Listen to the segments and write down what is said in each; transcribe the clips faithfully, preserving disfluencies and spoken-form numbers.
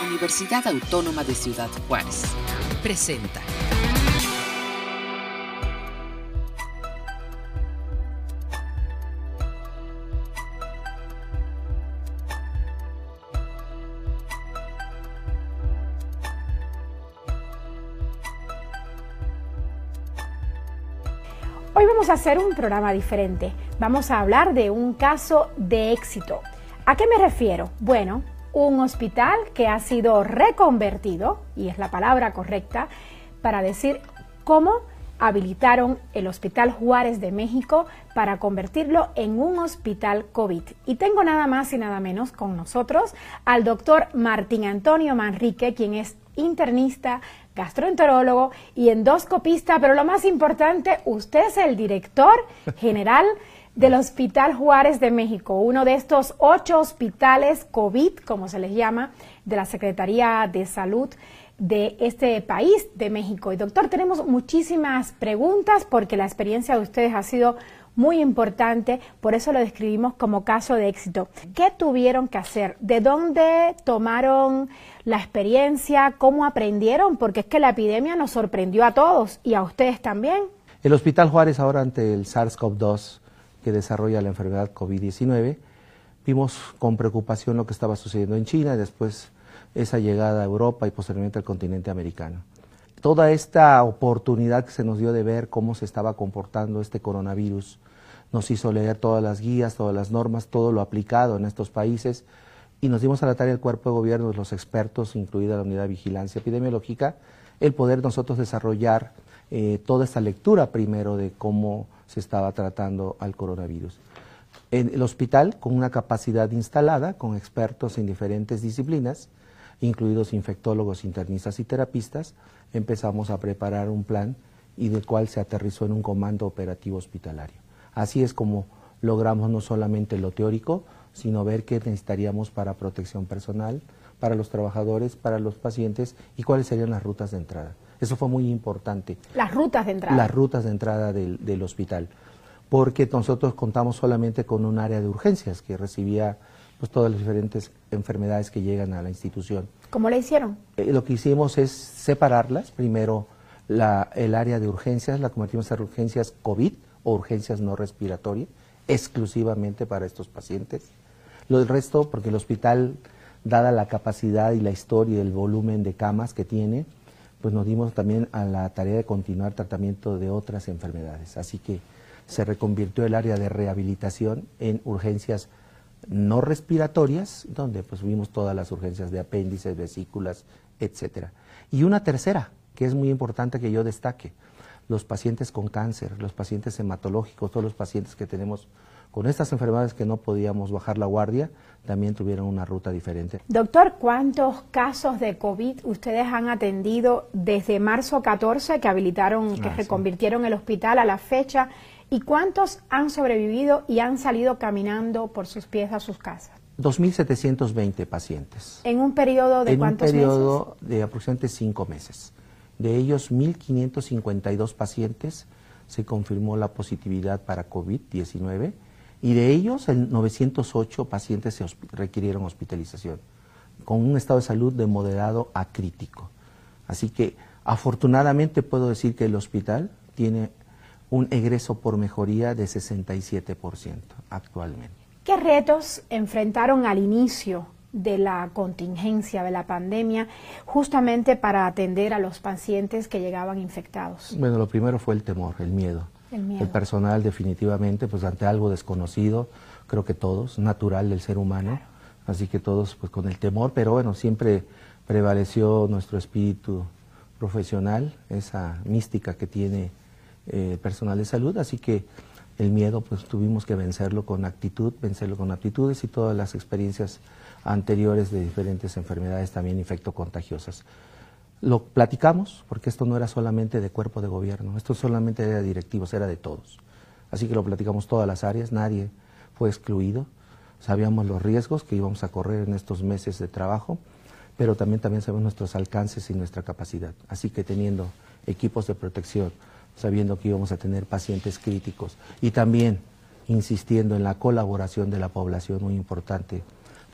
Universidad Autónoma de Ciudad Juárez presenta. Hoy vamos a hacer un programa diferente. Vamos a hablar de un caso de éxito. ¿A qué me refiero? Bueno, un hospital que ha sido reconvertido, y es la palabra correcta, para decir cómo habilitaron el Hospital Juárez de México para convertirlo en un hospital COVID. Y tengo nada más y nada menos con nosotros al doctor Martín Antonio Manrique, quien es internista, gastroenterólogo y endoscopista, pero lo más importante, usted es el director general del Hospital Juárez de México, uno de estos ocho hospitales COVID, como se les llama, de la Secretaría de Salud de este país, de México. Y doctor, tenemos muchísimas preguntas porque la experiencia de ustedes ha sido muy importante, por eso lo describimos como caso de éxito. ¿Qué tuvieron que hacer? ¿De dónde tomaron la experiencia? ¿Cómo aprendieron? Porque es que la epidemia nos sorprendió a todos y a ustedes también. El Hospital Juárez, ahora ante el SARS CoV dos que desarrolla la enfermedad COVID diecinueve, vimos con preocupación lo que estaba sucediendo en China y después esa llegada a Europa y posteriormente al continente americano. Toda esta oportunidad que se nos dio de ver cómo se estaba comportando este coronavirus nos hizo leer todas las guías, todas las normas, todo lo aplicado en estos países y nos dimos a la tarea del cuerpo de gobierno, los expertos, incluida la unidad de vigilancia epidemiológica, el poder nosotros desarrollar eh, toda esta lectura primero de cómo se estaba tratando al coronavirus. En el hospital, con una capacidad instalada, con expertos en diferentes disciplinas, incluidos infectólogos, internistas y terapistas, empezamos a preparar un plan y del cual se aterrizó en un comando operativo hospitalario. Así es como logramos no solamente lo teórico, sino ver qué necesitaríamos para protección personal, para los trabajadores, para los pacientes y cuáles serían las rutas de entrada. Eso fue muy importante. Las rutas de entrada. Las rutas de entrada del, del hospital, porque nosotros contamos solamente con un área de urgencias que recibía pues, todas las diferentes enfermedades que llegan a la institución. ¿Cómo le hicieron? Eh, lo que hicimos es separarlas. Primero, la, el área de urgencias la convertimos en urgencias COVID o urgencias no respiratorias, exclusivamente para estos pacientes. Lo del resto, porque el hospital, dada la capacidad y la historia y el volumen de camas que tiene, pues nos dimos también a la tarea de continuar tratamiento de otras enfermedades. Así que se reconvirtió el área de rehabilitación en urgencias no respiratorias, donde pues vimos todas las urgencias de apéndices, vesículas, etcétera. Y una tercera, que es muy importante que yo destaque, los pacientes con cáncer, los pacientes hematológicos, todos los pacientes que tenemos con estas enfermedades que no podíamos bajar la guardia, también tuvieron una ruta diferente. Doctor, ¿cuántos casos de COVID ustedes han atendido desde marzo catorce, que habilitaron, que ah, reconvirtieron sí. el hospital a la fecha? ¿Y cuántos han sobrevivido y han salido caminando por sus pies a sus casas? dos mil setecientos veinte pacientes. ¿En un periodo de en cuántos meses? En un periodo meses? de aproximadamente cinco meses. De ellos, mil quinientos cincuenta y dos pacientes se confirmó la positividad para COVID diecinueve y de ellos, el novecientos ocho pacientes se hosp- requirieron hospitalización, con un estado de salud de moderado a crítico. Así que, afortunadamente, puedo decir que el hospital tiene un egreso por mejoría de sesenta y siete por ciento actualmente. ¿Qué retos enfrentaron al inicio de la contingencia, de la pandemia, justamente para atender a los pacientes que llegaban infectados? Bueno, lo primero fue el temor, el miedo. El miedo. El personal definitivamente, pues ante algo desconocido, creo que todos, natural del ser humano, claro. Así que todos pues con el temor, pero bueno, siempre prevaleció nuestro espíritu profesional, esa mística que tiene eh, el personal de salud, así que el miedo pues tuvimos que vencerlo con actitud, vencerlo con aptitudes y todas las experiencias anteriores de diferentes enfermedades también infectocontagiosas. Lo platicamos porque esto no era solamente de cuerpo de gobierno, esto solamente era de directivos, era de todos. Así que lo platicamos todas las áreas, nadie fue excluido, sabíamos los riesgos que íbamos a correr en estos meses de trabajo, pero también, también sabemos nuestros alcances y nuestra capacidad. Así que teniendo equipos de protección, sabiendo que íbamos a tener pacientes críticos y también insistiendo en la colaboración de la población, muy importante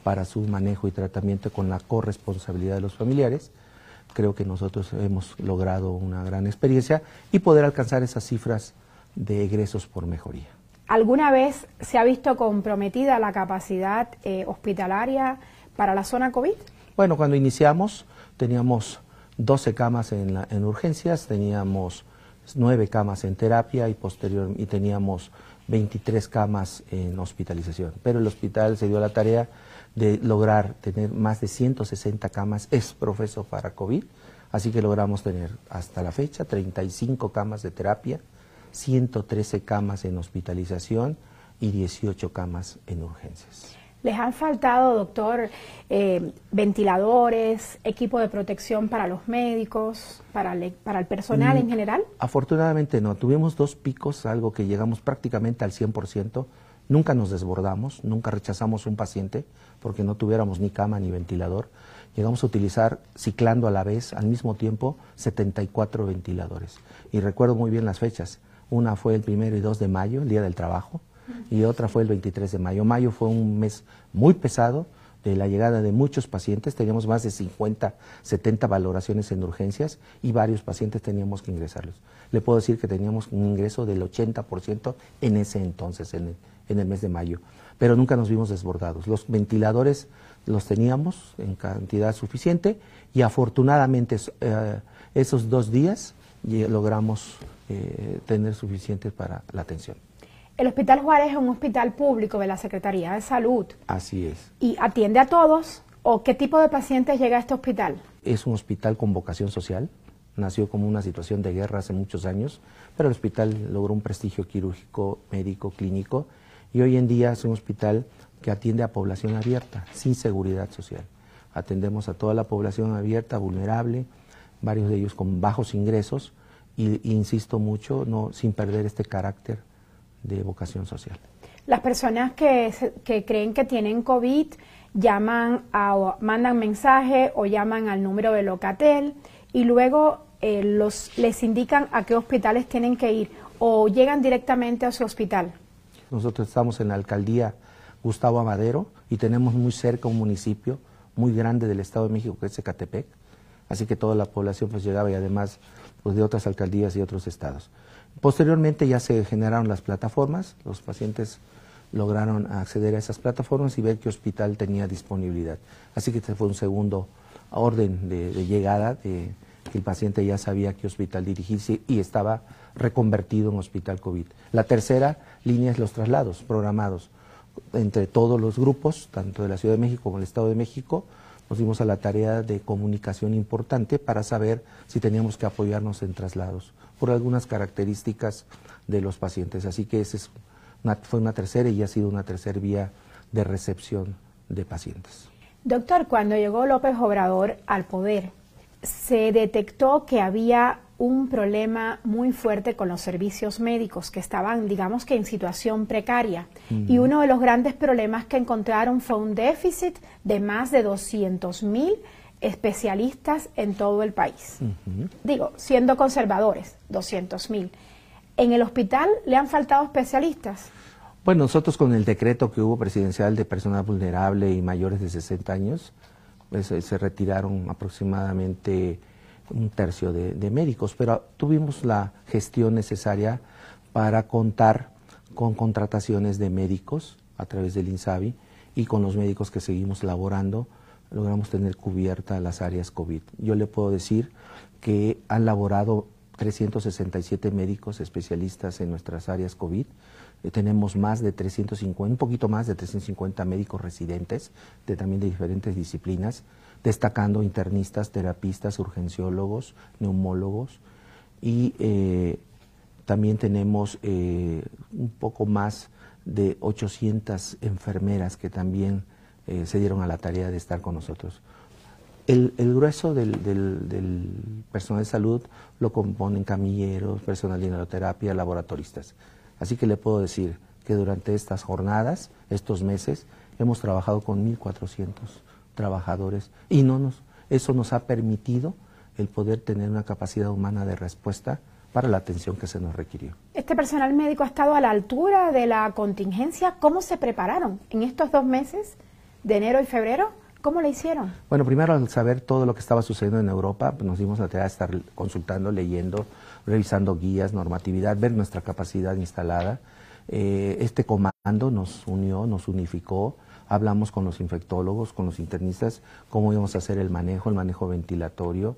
para su manejo y tratamiento con la corresponsabilidad de los familiares. Creo que nosotros hemos logrado una gran experiencia y poder alcanzar esas cifras de egresos por mejoría. ¿Alguna vez se ha visto comprometida la capacidad eh, hospitalaria para la zona COVID? Bueno, cuando iniciamos teníamos doce camas en, la, en urgencias, teníamos nueve camas en terapia y posterior y teníamos veintitrés camas en hospitalización. Pero el hospital se dio la tarea de lograr tener más de ciento sesenta camas ex profeso para COVID, así que logramos tener hasta la fecha treinta y cinco camas de terapia, ciento trece camas en hospitalización y dieciocho camas en urgencias. ¿Les han faltado, doctor, eh, ventiladores, equipo de protección para los médicos, para, le, para el personal mm, en general? Afortunadamente no, tuvimos dos picos, algo que llegamos prácticamente al cien por ciento, nunca nos desbordamos, nunca rechazamos un paciente porque no tuviéramos ni cama ni ventilador. Llegamos a utilizar, ciclando a la vez, al mismo tiempo, setenta y cuatro ventiladores. Y recuerdo muy bien las fechas, una fue el primero y dos de mayo, el Día del Trabajo, y otra fue el veintitrés de mayo. Mayo fue un mes muy pesado de la llegada de muchos pacientes, teníamos más de cincuenta, setenta valoraciones en urgencias y varios pacientes teníamos que ingresarlos. Le puedo decir que teníamos un ingreso del ochenta por ciento en ese entonces, en el, en el mes de mayo, pero nunca nos vimos desbordados. Los ventiladores los teníamos en cantidad suficiente y afortunadamente eh, esos dos días logramos eh, tener suficientes para la atención. El Hospital Juárez es un hospital público de la Secretaría de Salud. Así es. ¿Y atiende a todos? ¿O qué tipo de pacientes llega a este hospital? Es un hospital con vocación social. Nació como una situación de guerra hace muchos años, pero el hospital logró un prestigio quirúrgico, médico, clínico, y hoy en día es un hospital que atiende a población abierta, sin seguridad social. Atendemos a toda la población abierta, vulnerable, varios de ellos con bajos ingresos, y, y insisto mucho, no, sin perder este carácter de vocación social. Las personas que, que creen que tienen COVID llaman a, o mandan mensaje o llaman al número de Locatel y luego eh, los, les indican a qué hospitales tienen que ir o llegan directamente a su hospital. Nosotros estamos en la alcaldía Gustavo Amadero y tenemos muy cerca un municipio muy grande del Estado de México que es Ecatepec, así que toda la población pues llegaba y además pues, de otras alcaldías y otros estados. Posteriormente ya se generaron las plataformas, los pacientes lograron acceder a esas plataformas y ver qué hospital tenía disponibilidad. Así que este fue un segundo orden de, de llegada, de que el paciente ya sabía qué hospital dirigirse y estaba reconvertido en hospital COVID. La tercera línea es los traslados programados entre todos los grupos, tanto de la Ciudad de México como del Estado de México. Nos dimos a la tarea de comunicación importante para saber si teníamos que apoyarnos en traslados por algunas características de los pacientes. Así que esa es una, fue una tercera y ha sido una tercera vía de recepción de pacientes. Doctor, cuando llegó López Obrador al poder, se detectó que había un problema muy fuerte con los servicios médicos que estaban, digamos que en situación precaria. Uh-huh. Y uno de los grandes problemas que encontraron fue un déficit de más de doscientos mil especialistas en todo el país. Uh-huh. Digo, siendo conservadores, doscientos mil. ¿En el hospital le han faltado especialistas? Bueno, nosotros con el decreto que hubo presidencial de personal vulnerable y mayores de sesenta años, pues, se retiraron aproximadamente un tercio de, de médicos, pero tuvimos la gestión necesaria para contar con contrataciones de médicos a través del INSABI y con los médicos que seguimos laborando, logramos tener cubiertas las áreas COVID. Yo le puedo decir que han laborado trescientos sesenta y siete médicos especialistas en nuestras áreas COVID. Eh, tenemos más de trescientos cincuenta, un poquito más de trescientos cincuenta médicos residentes, de, también de diferentes disciplinas, destacando internistas, terapistas, urgenciólogos, neumólogos, y eh, también tenemos eh, un poco más de ochocientas enfermeras que también eh, se dieron a la tarea de estar con nosotros. El, el grueso del, del, del personal de salud lo componen camilleros, personal de inhaloterapia, laboratoristas. Así que le puedo decir que durante estas jornadas, estos meses, hemos trabajado con mil cuatrocientos trabajadores y no nos, eso nos ha permitido el poder tener una capacidad humana de respuesta para la atención que se nos requirió. ¿Este personal médico ha estado a la altura de la contingencia? ¿Cómo se prepararon en estos dos meses de enero y febrero. ¿Cómo le hicieron? Bueno, primero al saber todo lo que estaba sucediendo en Europa, pues nos dimos la tarea de estar consultando, leyendo, revisando guías, normatividad, ver nuestra capacidad instalada. Eh, este comando nos unió, nos unificó, hablamos con los infectólogos, con los internistas, cómo íbamos a hacer el manejo, el manejo ventilatorio,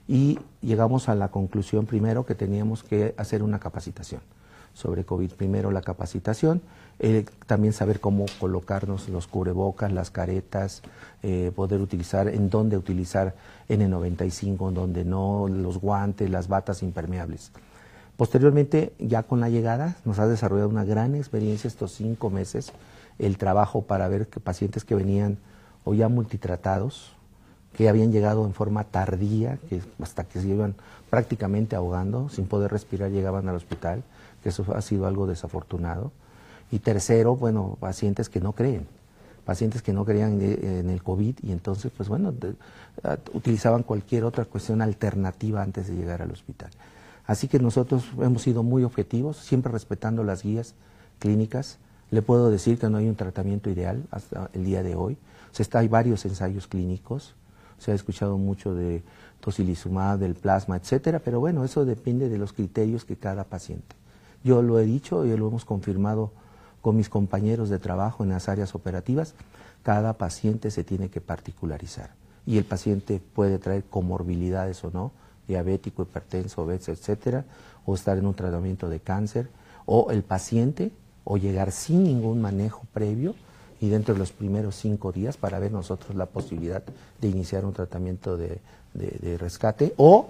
y llegamos a la conclusión primero que teníamos que hacer una capacitación sobre COVID. Primero la capacitación, eh, también saber cómo colocarnos los cubrebocas, las caretas, eh, poder utilizar, en dónde utilizar ene noventa y cinco, en dónde no, los guantes, las batas impermeables. Posteriormente, ya con la llegada, nos ha desarrollado una gran experiencia estos cinco meses, el trabajo para ver que pacientes que venían o ya multitratados, que habían llegado en forma tardía, que hasta que se iban prácticamente ahogando, sin poder respirar, llegaban al hospital, que eso ha sido algo desafortunado. Y tercero, bueno, pacientes que no creen, pacientes que no creían en el COVID y entonces, pues bueno, de, uh, utilizaban cualquier otra cuestión alternativa antes de llegar al hospital. Así que nosotros hemos sido muy objetivos, siempre respetando las guías clínicas. Le puedo decir que no hay un tratamiento ideal hasta el día de hoy. O sea, está, hay varios ensayos clínicos, se ha escuchado mucho de tocilizumab, del plasma, etcétera, pero bueno, eso depende de los criterios que cada paciente. Yo lo he dicho y lo hemos confirmado con mis compañeros de trabajo en las áreas operativas, cada paciente se tiene que particularizar y el paciente puede traer comorbilidades o no, diabético, hipertenso, obeso, etcétera, o estar en un tratamiento de cáncer, o el paciente, o llegar sin ningún manejo previo y dentro de los primeros cinco días para ver nosotros la posibilidad de iniciar un tratamiento de, de, de rescate, o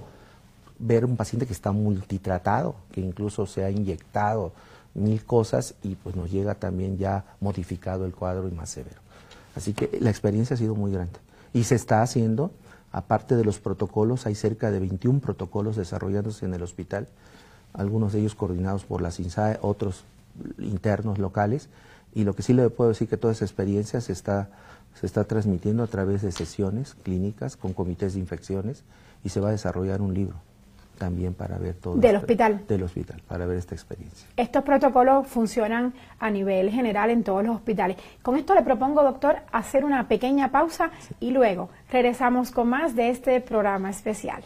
ver un paciente que está multitratado, que incluso se ha inyectado mil cosas y pues nos llega también ya modificado el cuadro y más severo. Así que la experiencia ha sido muy grande y se está haciendo, aparte de los protocolos, hay cerca de veintiún protocolos desarrollándose en el hospital, algunos de ellos coordinados por las INSAE, otros internos locales, y lo que sí le puedo decir que toda esa experiencia se está, se está transmitiendo a través de sesiones clínicas con comités de infecciones y se va a desarrollar un libro también para ver todo. ¿Del hospital? Del hospital, para ver esta experiencia. Estos protocolos funcionan a nivel general en todos los hospitales. Con esto le propongo, doctor, hacer una pequeña pausa sí. y luego regresamos con más de este programa especial.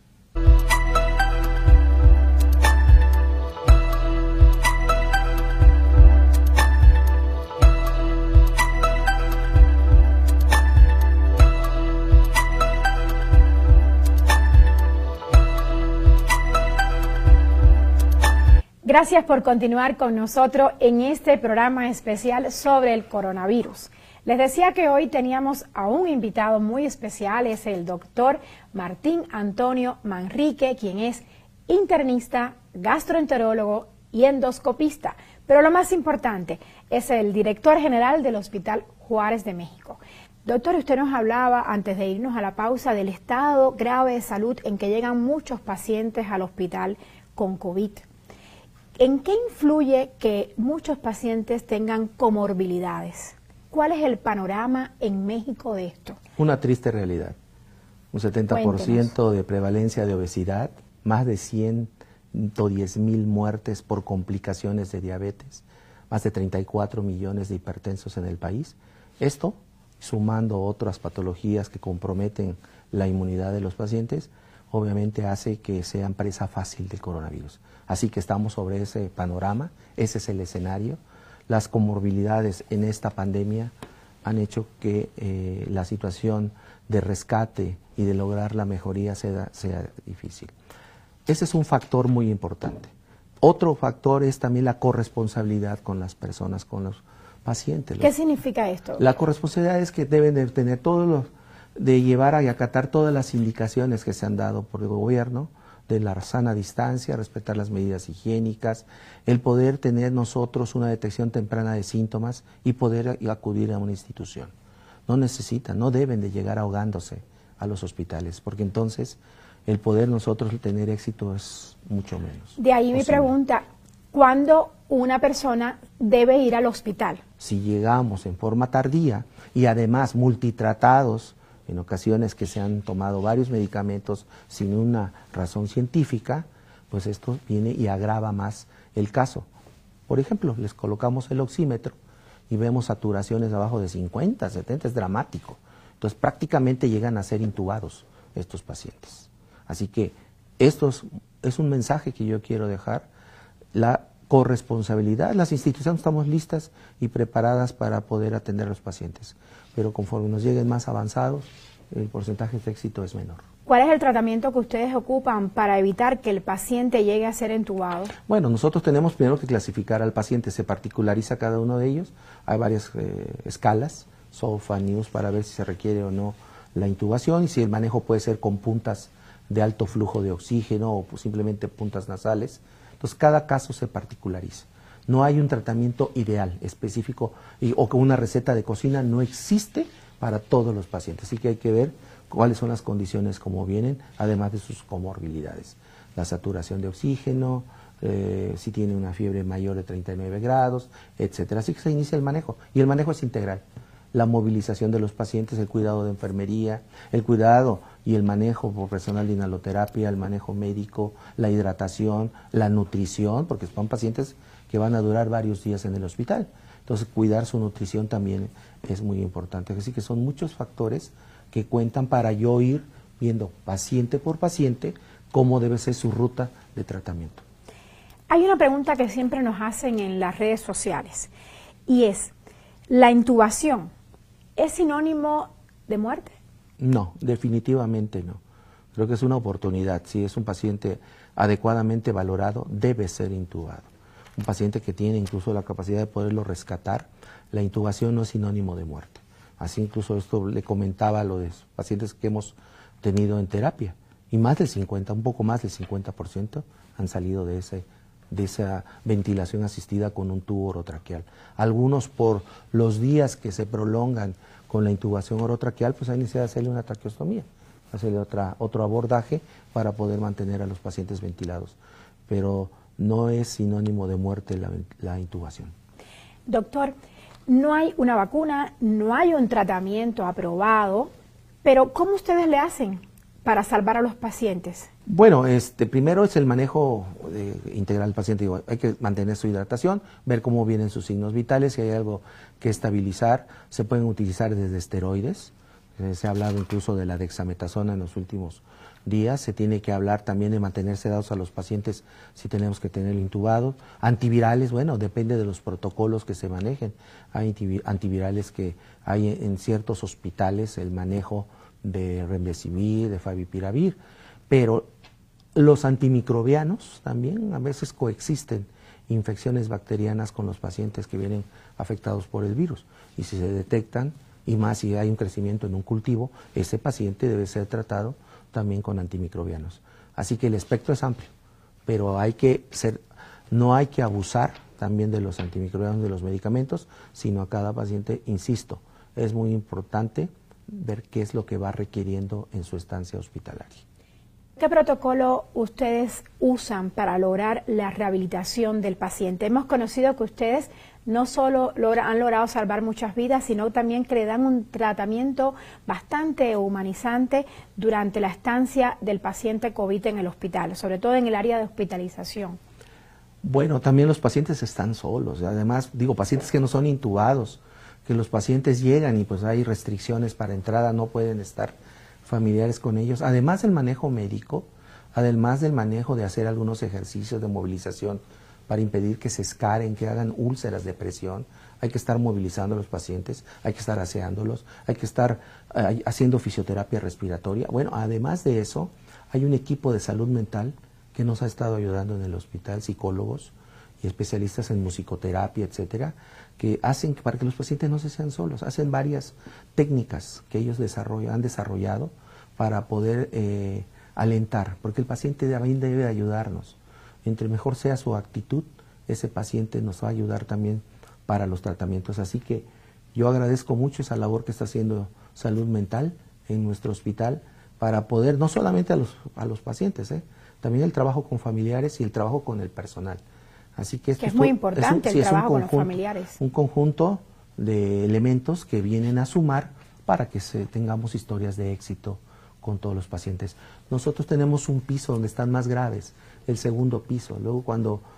Gracias por continuar con nosotros en este programa especial sobre el coronavirus. Les decía que hoy teníamos a un invitado muy especial, es el doctor Martín Antonio Manrique, quien es internista, gastroenterólogo y endoscopista. Pero lo más importante, es el director general del Hospital Juárez de México. Doctor, usted nos hablaba, antes de irnos a la pausa, del estado grave de salud en que llegan muchos pacientes al hospital con COVID. ¿En qué influye que muchos pacientes tengan comorbilidades? ¿Cuál es el panorama en México de esto? Una triste realidad. Un setenta por ciento Cuéntenos. De prevalencia de obesidad, más de ciento diez mil muertes por complicaciones de diabetes, más de treinta y cuatro millones de hipertensos en el país. Esto, sumando otras patologías que comprometen la inmunidad de los pacientes, obviamente hace que sean presa fácil del coronavirus. Así que estamos sobre ese panorama, ese es el escenario. Las comorbilidades en esta pandemia han hecho que eh, la situación de rescate y de lograr la mejoría sea, sea difícil. Ese es un factor muy importante. Otro factor es también la corresponsabilidad con las personas, con los pacientes. ¿Qué significa esto? La corresponsabilidad es que deben de tener todos los, de llevar y acatar todas las indicaciones que se han dado por el gobierno, de la sana distancia, respetar las medidas higiénicas, el poder tener nosotros una detección temprana de síntomas y poder acudir a una institución. No necesitan, no deben de llegar ahogándose a los hospitales, porque entonces el poder nosotros tener éxito es mucho menos. De ahí mi pregunta, ¿cuándo una persona debe ir al hospital? Si llegamos en forma tardía y además multitratados, en ocasiones que se han tomado varios medicamentos sin una razón científica, pues esto viene y agrava más el caso. Por ejemplo, les colocamos el oxímetro y vemos saturaciones abajo de cincuenta, setenta, es dramático. Entonces prácticamente llegan a ser intubados estos pacientes. Así que esto es, es un mensaje que yo quiero dejar, la corresponsabilidad. Las instituciones estamos listas y preparadas para poder atender a los pacientes, pero conforme nos lleguen más avanzados, el porcentaje de éxito es menor. ¿Cuál es el tratamiento que ustedes ocupan para evitar que el paciente llegue a ser entubado? Bueno, nosotros tenemos primero que clasificar al paciente, se particulariza cada uno de ellos, hay varias eh, escalas, S O F A, N I U S, para ver si se requiere o no la intubación y si el manejo puede ser con puntas de alto flujo de oxígeno o pues, simplemente puntas nasales. Entonces cada caso se particulariza. No hay un tratamiento ideal, específico, y, o que una receta de cocina no existe para todos los pacientes, así que hay que ver cuáles son las condiciones como vienen, además de sus comorbilidades. La saturación de oxígeno, eh, si tiene una fiebre mayor de treinta y nueve grados, etcétera. Así que se inicia el manejo, y el manejo es integral. La movilización de los pacientes, el cuidado de enfermería, el cuidado y el manejo por personal de inhaloterapia, el manejo médico, la hidratación, la nutrición, porque son pacientes que van a durar varios días en el hospital. Entonces, cuidar su nutrición también es muy importante. Así que son muchos factores que cuentan para yo ir viendo paciente por paciente cómo debe ser su ruta de tratamiento. Hay una pregunta que siempre nos hacen en las redes sociales y es, ¿la intubación es sinónimo de muerte? No, definitivamente no. Creo que es una oportunidad. Si es un paciente adecuadamente valorado, debe ser intubado. Un paciente que tiene incluso la capacidad de poderlo rescatar, la intubación no es sinónimo de muerte. Así incluso esto le comentaba a los pacientes que hemos tenido en terapia, y más del cincuenta, un poco más del cincuenta por ciento han salido de, ese, de esa ventilación asistida con un tubo orotraqueal. Algunos por los días que se prolongan con la intubación orotraqueal, pues hay necesidad de hacerle una traqueostomía, hacerle otra, otro abordaje para poder mantener a los pacientes ventilados. Pero no es sinónimo de muerte la, la intubación. Doctor, no hay una vacuna, no hay un tratamiento aprobado, pero ¿cómo ustedes le hacen para salvar a los pacientes? Bueno, este, primero es el manejo de, integral del paciente. Digo, hay que mantener su hidratación, ver cómo vienen sus signos vitales, si hay algo que estabilizar. Se pueden utilizar desde esteroides, eh, se ha hablado incluso de la dexametasona en los últimos días. Se tiene que hablar también de mantener sedados a los pacientes si tenemos que tenerlo intubado. Antivirales, bueno, depende de los protocolos que se manejen. Hay antivirales que hay en ciertos hospitales, el manejo de remdesivir, de favipiravir, pero los antimicrobianos también a veces coexisten infecciones bacterianas con los pacientes que vienen afectados por el virus, y si se detectan, y más si hay un crecimiento en un cultivo, ese paciente debe ser tratado también con antimicrobianos. Así que el espectro es amplio, pero hay que ser, no hay que abusar también de los antimicrobianos, de los medicamentos, sino a cada paciente, insisto, es muy importante ver qué es lo que va requiriendo en su estancia hospitalaria. ¿Qué protocolo ustedes usan para lograr la rehabilitación del paciente? Hemos conocido que ustedes no solo logra, han logrado salvar muchas vidas, sino también que le dan un tratamiento bastante humanizante durante la estancia del paciente COVID en el hospital, sobre todo en el área de hospitalización. Bueno, también los pacientes están solos, además, digo, pacientes que no son intubados, que los pacientes llegan y pues hay restricciones para entrada, no pueden estar familiares con ellos, además del manejo médico, además del manejo de hacer algunos ejercicios de movilización para impedir que se escaren, que hagan úlceras de presión, hay que estar movilizando a los pacientes, hay que estar aseándolos, hay que estar eh, haciendo fisioterapia respiratoria. Bueno, además de eso, hay un equipo de salud mental que nos ha estado ayudando en el hospital, psicólogos y especialistas en musicoterapia, etcétera, que hacen para que los pacientes no se sean solos, hacen varias técnicas que ellos desarrollan, han desarrollado para poder eh, alentar, porque el paciente también debe ayudarnos. Entre mejor sea su actitud, ese paciente nos va a ayudar también para los tratamientos. Así que yo agradezco mucho esa labor que está haciendo Salud Mental en nuestro hospital para poder, no solamente a los, a los pacientes, ¿eh? también el trabajo con familiares y el trabajo con el personal. Así que, esto que es muy importante es un, el sí, trabajo conjunto, con los familiares. Un conjunto de elementos que vienen a sumar para que se, tengamos historias de éxito con todos los pacientes. Nosotros tenemos un piso donde están más graves, el segundo piso. Luego cuando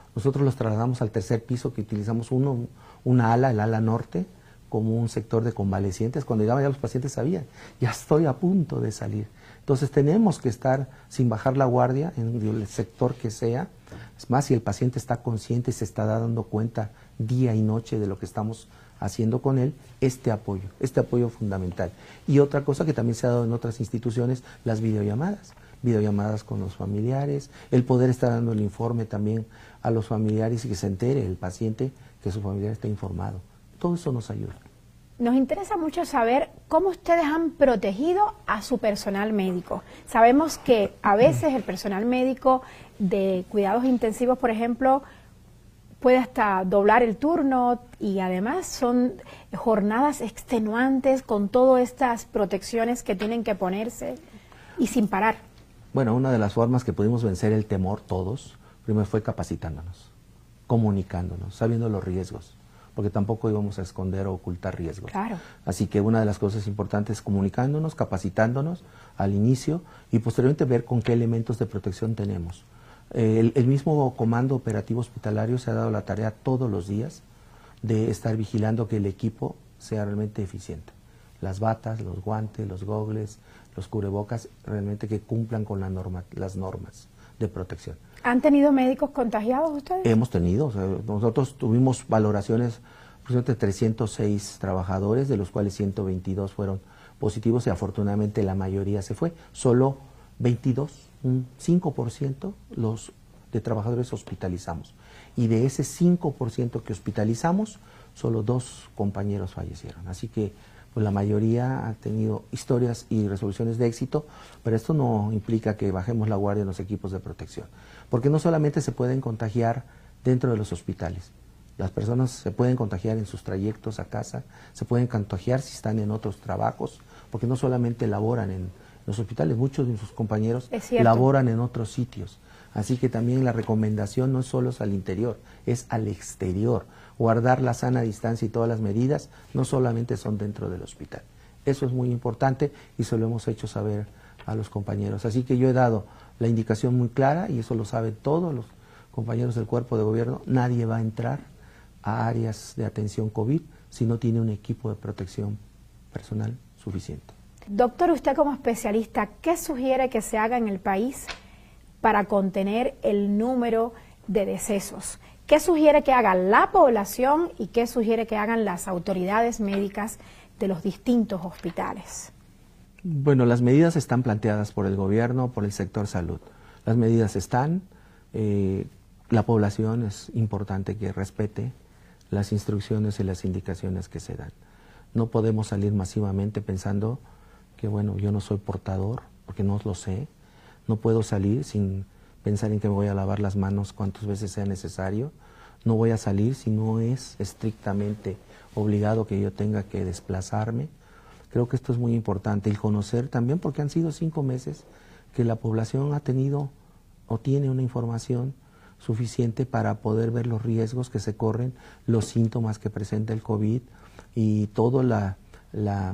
Nosotros los trasladamos al tercer piso, que utilizamos uno, una ala, el ala norte, como un sector de convalecientes. Cuando llegaban ya los pacientes sabían, ya estoy a punto de salir. Entonces tenemos que estar sin bajar la guardia en el sector que sea. Es más, si el paciente está consciente y se está dando cuenta día y noche de lo que estamos haciendo con él, este apoyo, este apoyo fundamental. Y otra cosa que también se ha dado en otras instituciones, las videollamadas. videollamadas con los familiares, el poder estar dando el informe también a los familiares y que se entere el paciente que su familiar está informado. Todo eso nos ayuda. Nos interesa mucho saber cómo ustedes han protegido a su personal médico. Sabemos que a veces el personal médico de cuidados intensivos, por ejemplo, puede hasta doblar el turno y además son jornadas extenuantes con todas estas protecciones que tienen que ponerse y sin parar. Bueno, una de las formas que pudimos vencer el temor todos, primero fue capacitándonos, comunicándonos, sabiendo los riesgos, porque tampoco íbamos a esconder o ocultar riesgos. Claro. Así que una de las cosas importantes es comunicándonos, capacitándonos al inicio y posteriormente ver con qué elementos de protección tenemos. Eh, el, el mismo Comando Operativo Hospitalario se ha dado la tarea todos los días de estar vigilando que el equipo sea realmente eficiente. Las batas, los guantes, los gogles, los cubrebocas, realmente que cumplan con la norma, las normas de protección. ¿Han tenido médicos contagiados ustedes? Hemos tenido, o sea, nosotros tuvimos valoraciones de trescientos seis trabajadores, de los cuales ciento veintidós fueron positivos y afortunadamente la mayoría se fue. Solo veintidós, un cinco por ciento los de trabajadores hospitalizamos. Y de ese cinco por ciento que hospitalizamos, solo dos compañeros fallecieron. Así que pues la mayoría ha tenido historias y resoluciones de éxito, pero esto no implica que bajemos la guardia en los equipos de protección, porque no solamente se pueden contagiar dentro de los hospitales, las personas se pueden contagiar en sus trayectos a casa, se pueden contagiar si están en otros trabajos, porque no solamente laboran en los hospitales, muchos de sus compañeros laboran en otros sitios. Así que también la recomendación no solo es al interior, es al exterior. Guardar la sana distancia y todas las medidas no solamente son dentro del hospital. Eso es muy importante y se lo hemos hecho saber a los compañeros. Así que yo he dado la indicación muy clara y eso lo saben todos los compañeros del cuerpo de gobierno. Nadie va a entrar a áreas de atención COVID si no tiene un equipo de protección personal suficiente. Doctor, usted como especialista, ¿qué sugiere que se haga en el país para contener el número de decesos? ¿Qué sugiere que haga la población y qué sugiere que hagan las autoridades médicas de los distintos hospitales? Bueno, las medidas están planteadas por el gobierno, por el sector salud. Las medidas están, eh, la población es importante que respete las instrucciones y las indicaciones que se dan. No podemos salir masivamente pensando que, bueno, yo no soy portador, porque no lo sé. No puedo salir sin pensar en que me voy a lavar las manos cuantas veces sea necesario. No voy a salir si no es estrictamente obligado que yo tenga que desplazarme. Creo que esto es muy importante, el conocer también, porque han sido cinco meses que la población ha tenido o tiene una información suficiente para poder ver los riesgos que se corren, los síntomas que presenta el COVID y toda la, la,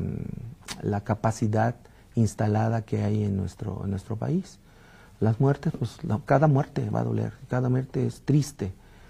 la capacidad instalada que hay en nuestro, en nuestro país. Las muertes, pues la, cada muerte va a doler, cada muerte es triste,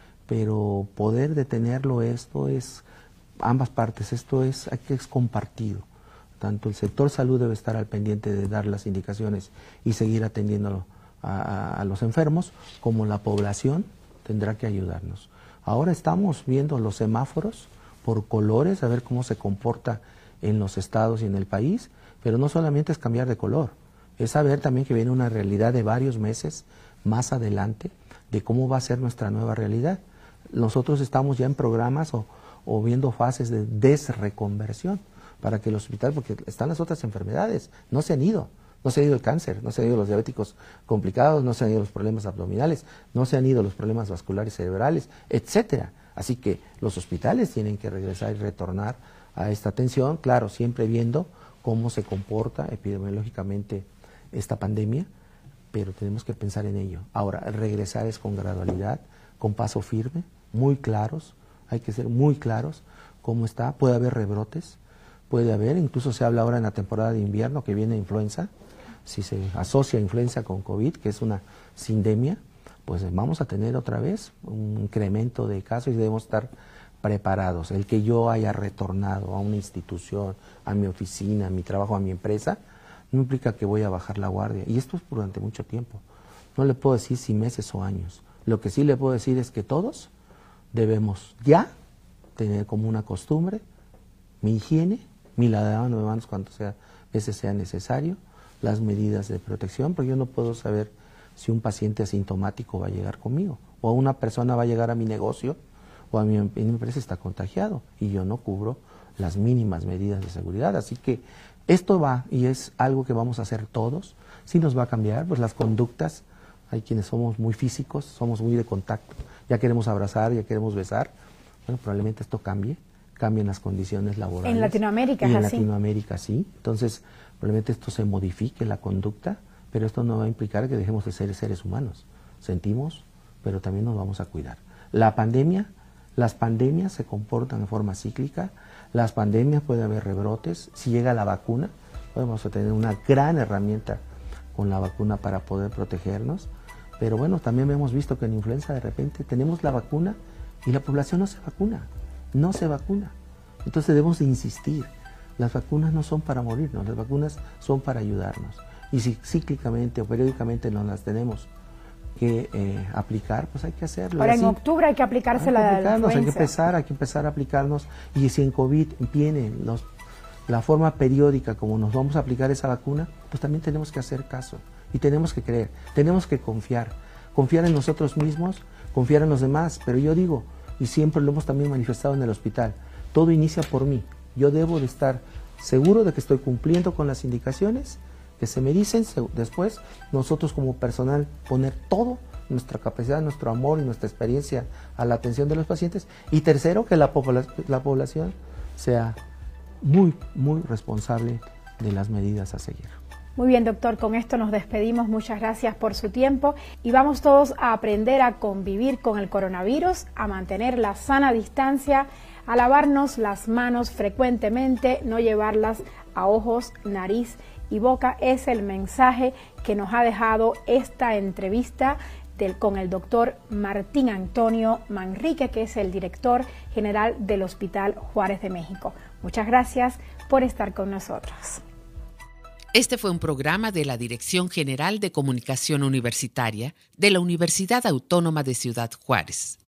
pero poder detenerlo, esto es ambas partes, esto es, hay que es compartido. Tanto el sector salud debe estar al pendiente de dar las indicaciones y seguir atendiendo a, a, a los enfermos, como la población tendrá que ayudarnos. Ahora estamos viendo los semáforos por colores, a ver cómo se comporta en los estados y en el país, pero no solamente es cambiar de color, es saber también que viene una realidad de varios meses más adelante de cómo va a ser nuestra nueva realidad. Nosotros estamos ya en programas o, o viendo fases de desreconversión para que los hospitales, porque están las otras enfermedades, no se han ido, no se ha ido el cáncer, no se han ido los diabéticos complicados, no se han ido los problemas abdominales, no se han ido los problemas vasculares cerebrales, etcétera. Así que los hospitales tienen que regresar y retornar a esta atención, claro, siempre viendo cómo se comporta epidemiológicamente esta pandemia, pero tenemos que pensar en ello. Ahora, regresar es con gradualidad, con paso firme, muy claros, hay que ser muy claros cómo está, puede haber rebrotes, puede haber, incluso se habla ahora en la temporada de invierno que viene influenza, si se asocia influenza con COVID, que es una sindemia, pues vamos a tener otra vez un incremento de casos y debemos estar preparados. El que yo haya retornado a una institución, a mi oficina, a mi trabajo, a mi empresa, no implica que voy a bajar la guardia. Y esto es durante mucho tiempo. No le puedo decir si meses o años. Lo que sí le puedo decir es que todos debemos ya tener como una costumbre mi higiene, mi lavado de manos cuanto sea, veces sea necesario, las medidas de protección, porque yo no puedo saber si un paciente asintomático va a llegar conmigo, o una persona va a llegar a mi negocio, o a mi, mi empresa está contagiado, y yo no cubro las mínimas medidas de seguridad. Así que esto va, y es algo que vamos a hacer todos. Sí nos va a cambiar, pues las conductas, hay quienes somos muy físicos, somos muy de contacto, ya queremos abrazar, ya queremos besar, bueno, probablemente esto cambie, cambien las condiciones laborales. En Latinoamérica y es en así. Latinoamérica sí, entonces probablemente esto se modifique la conducta, pero esto no va a implicar que dejemos de ser seres humanos. Sentimos, pero también nos vamos a cuidar. La pandemia, las pandemias se comportan de forma cíclica, las pandemias puede haber rebrotes, si llega la vacuna, vamos a tener una gran herramienta con la vacuna para poder protegernos, pero bueno, también hemos visto que en influenza de repente tenemos la vacuna y la población no se vacuna, no se vacuna. Entonces debemos de insistir, las vacunas no son para morirnos, las vacunas son para ayudarnos. Y si cíclicamente o periódicamente nos las tenemos que eh, aplicar, pues hay que hacerlo. Ahora así, en octubre hay que aplicarse hay que la, aplicarnos, la hay que influenza. empezar, hay que empezar a aplicarnos. Y si en COVID viene los, la forma periódica como nos vamos a aplicar esa vacuna, pues también tenemos que hacer caso y tenemos que creer, tenemos que confiar, confiar en nosotros mismos, confiar en los demás. Pero yo digo, y siempre lo hemos también manifestado en el hospital, todo inicia por mí. Yo debo de estar seguro de que estoy cumpliendo con las indicaciones que se me dicen. Después, nosotros como personal poner todo, nuestra capacidad, nuestro amor y nuestra experiencia a la atención de los pacientes. Y tercero, que la, pobla la población sea muy, muy responsable de las medidas a seguir. Muy bien, doctor, con esto nos despedimos. Muchas gracias por su tiempo y vamos todos a aprender a convivir con el coronavirus, a mantener la sana distancia, a lavarnos las manos frecuentemente, no llevarlas a ojos, nariz y boca. Es el mensaje que nos ha dejado esta entrevista del, con el doctor Martín Antonio Manrique, que es el director general del Hospital Juárez de México. Muchas gracias por estar con nosotros. Este fue un programa de la Dirección General de Comunicación Universitaria de la Universidad Autónoma de Ciudad Juárez.